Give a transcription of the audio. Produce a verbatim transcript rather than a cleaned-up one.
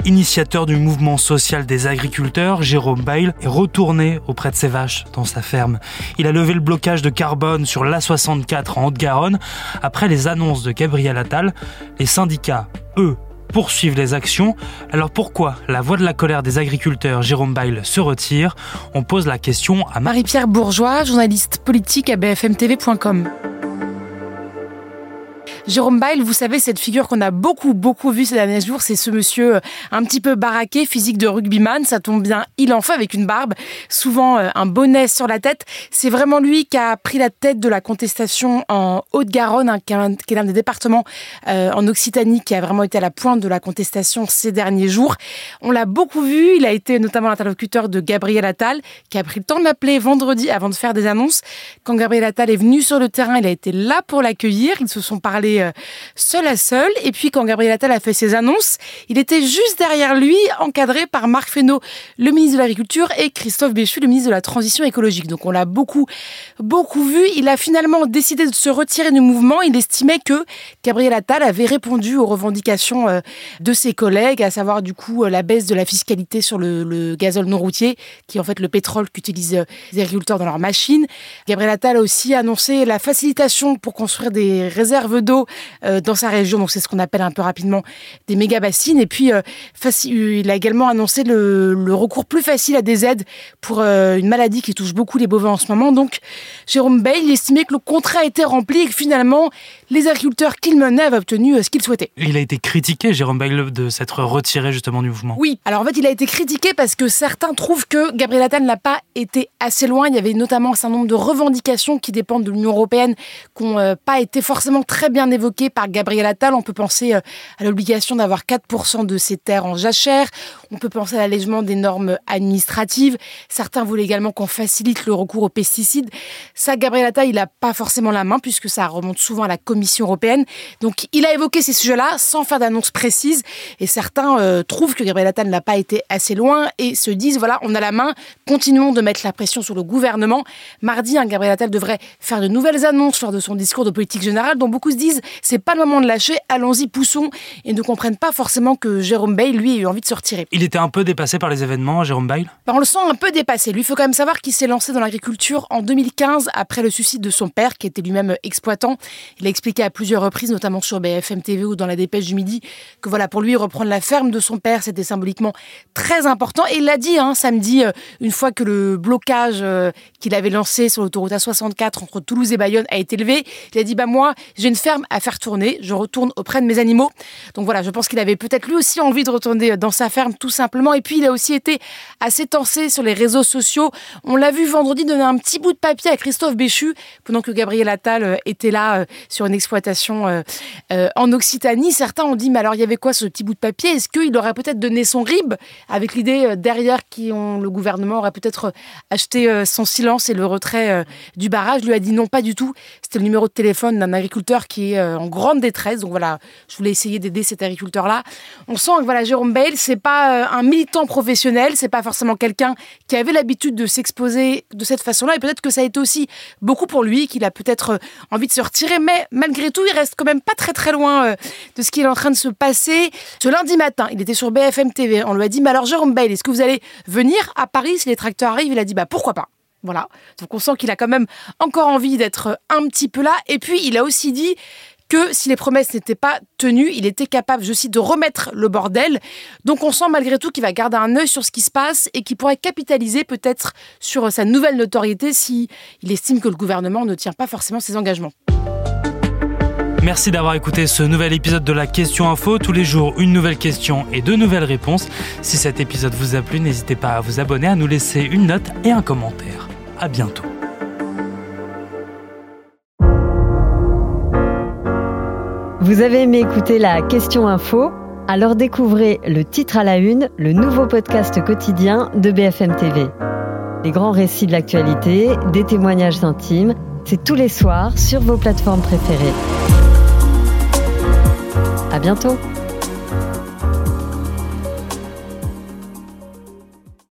initiateur du mouvement social des agriculteurs, Jérôme Bail est retourné auprès de ses vaches dans sa ferme. Il a levé le blocage de carbone sur l'A soixante-quatre en Haute-Garonne. Après les annonces de Gabriel Attal, les syndicats, eux, poursuivent les actions. Alors pourquoi la voix de la colère des agriculteurs, Jérôme Bail, se retire ? On pose la question à Marie-Pierre Bourgeois, journaliste politique à b f m t v point com. Jérôme Bail, vous savez, cette figure qu'on a beaucoup, beaucoup vue ces derniers jours, c'est ce monsieur un petit peu baraqué, physique de rugbyman, ça tombe bien, il en fait avec une barbe, souvent un bonnet sur la tête. C'est vraiment lui qui a pris la tête de la contestation en Haute-Garonne, hein, qui est l'un des départements euh, en Occitanie qui a vraiment été à la pointe de la contestation ces derniers jours. On l'a beaucoup vu, il a été notamment l'interlocuteur de Gabriel Attal, qui a pris le temps de l'appeler vendredi avant de faire des annonces. Quand Gabriel Attal est venu sur le terrain, il a été là pour l'accueillir, ils se sont parlé seul à seul. Et puis, quand Gabriel Attal a fait ses annonces, il était juste derrière lui, encadré par Marc Fesneau, le ministre de l'Agriculture, et Christophe Béchu, le ministre de la Transition écologique. Donc, on l'a beaucoup, beaucoup vu. Il a finalement décidé de se retirer du mouvement. Il estimait que Gabriel Attal avait répondu aux revendications de ses collègues, à savoir, du coup, la baisse de la fiscalité sur le, le gazole non routier, qui est en fait le pétrole qu'utilisent les agriculteurs dans leurs machines. Gabriel Attal a aussi annoncé la facilitation pour construire des réserves d'eau dans sa région, donc c'est ce qu'on appelle un peu rapidement des méga-bassines. Et puis, euh, faci- il a également annoncé le, le recours plus facile à des aides pour euh, une maladie qui touche beaucoup les bovins en ce moment. Donc, Jérôme Bail, il estimait que le contrat était rempli et que finalement, les agriculteurs qu'il menait avaient obtenu ce qu'ils souhaitaient. Il a été critiqué, Jérôme Bail, de s'être retiré justement du mouvement. Oui, alors en fait, il a été critiqué parce que certains trouvent que Gabriel Attal n'a pas été assez loin. Il y avait notamment un certain nombre de revendications qui dépendent de l'Union européenne qui n'ont euh, pas été forcément très bien évoqué par Gabriel Attal. On peut penser à l'obligation d'avoir quatre pour cent de ses terres en jachère. On peut penser à l'allègement des normes administratives. Certains voulaient également qu'on facilite le recours aux pesticides. Ça, Gabriel Attal, il n'a pas forcément la main puisque ça remonte souvent à la Commission européenne. Donc, il a évoqué ces sujets-là sans faire d'annonce précise. Et certains euh, trouvent que Gabriel Attal n'a pas été assez loin et se disent, voilà, on a la main, continuons de mettre la pression sur le gouvernement. Mardi, hein, Gabriel Attal devrait faire de nouvelles annonces lors de son discours de politique générale dont beaucoup se disent c'est pas le moment de lâcher, allons-y, poussons, et ne comprennent pas forcément que Jérôme Bail, lui, ait eu envie de se retirer. Il était un peu dépassé par les événements, Jérôme Bail ? Ben, on le sent un peu dépassé. Lui, il faut quand même savoir qu'il s'est lancé dans l'agriculture en deux mille quinze, après le suicide de son père, qui était lui-même exploitant. Il a expliqué à plusieurs reprises, notamment sur B F M T V ou dans la Dépêche du Midi, que voilà, pour lui, reprendre la ferme de son père, c'était symboliquement très important. Et il l'a dit hein, samedi, une fois que le blocage euh, qu'il avait lancé sur l'autoroute A soixante-quatre entre Toulouse et Bayonne a été levé, il a dit bah, « moi, j'ai une ferme à faire tourner, je retourne auprès de mes animaux ». Donc voilà, je pense qu'il avait peut-être lui aussi envie de retourner dans sa ferme, tout simplement. Et puis, il a aussi été assez tensé sur les réseaux sociaux. On l'a vu vendredi donner un petit bout de papier à Christophe Béchu, pendant que Gabriel Attal était là euh, sur une exploitation euh, euh, en Occitanie. Certains ont dit, mais alors, il y avait quoi ce petit bout de papier ? Est-ce qu'il aurait peut-être donné son R I B, avec l'idée euh, derrière qui on, le gouvernement aurait peut-être acheté euh, son silence et le retrait euh, du barrage ? Lui a dit non, pas du tout. C'était le numéro de téléphone d'un agriculteur qui est euh, en grande détresse. Donc voilà, je voulais essayer d'aider cet agriculteur-là. On sent que voilà, Jérôme Bail, c'est pas euh, un militant professionnel, c'est pas forcément quelqu'un qui avait l'habitude de s'exposer de cette façon-là. Et peut-être que ça a été aussi beaucoup pour lui, qu'il a peut-être euh, envie de se retirer. Mais malgré tout, il reste quand même pas très très loin euh, de ce qui est en train de se passer. Ce lundi matin, il était sur B F M T V. On lui a dit, mais alors Jérôme Bail, est-ce que vous allez venir à Paris si les tracteurs arrivent ? Il a dit, bah pourquoi pas ? Voilà. Donc on sent qu'il a quand même encore envie d'être un petit peu là. Et puis il a aussi dit que si les promesses n'étaient pas tenues, il était capable, je cite, de remettre le bordel. Donc on sent malgré tout qu'il va garder un œil sur ce qui se passe et qu'il pourrait capitaliser peut-être sur sa nouvelle notoriété si il estime que le gouvernement ne tient pas forcément ses engagements. Merci d'avoir écouté ce nouvel épisode de la Question Info. Tous les jours, une nouvelle question et de nouvelles réponses. Si cet épisode vous a plu, n'hésitez pas à vous abonner, à nous laisser une note et un commentaire. À bientôt. Vous avez aimé écouter la Question Info ? Alors découvrez le titre à la une, le nouveau podcast quotidien de B F M T V. Les grands récits de l'actualité, des témoignages intimes, c'est tous les soirs sur vos plateformes préférées. À bientôt.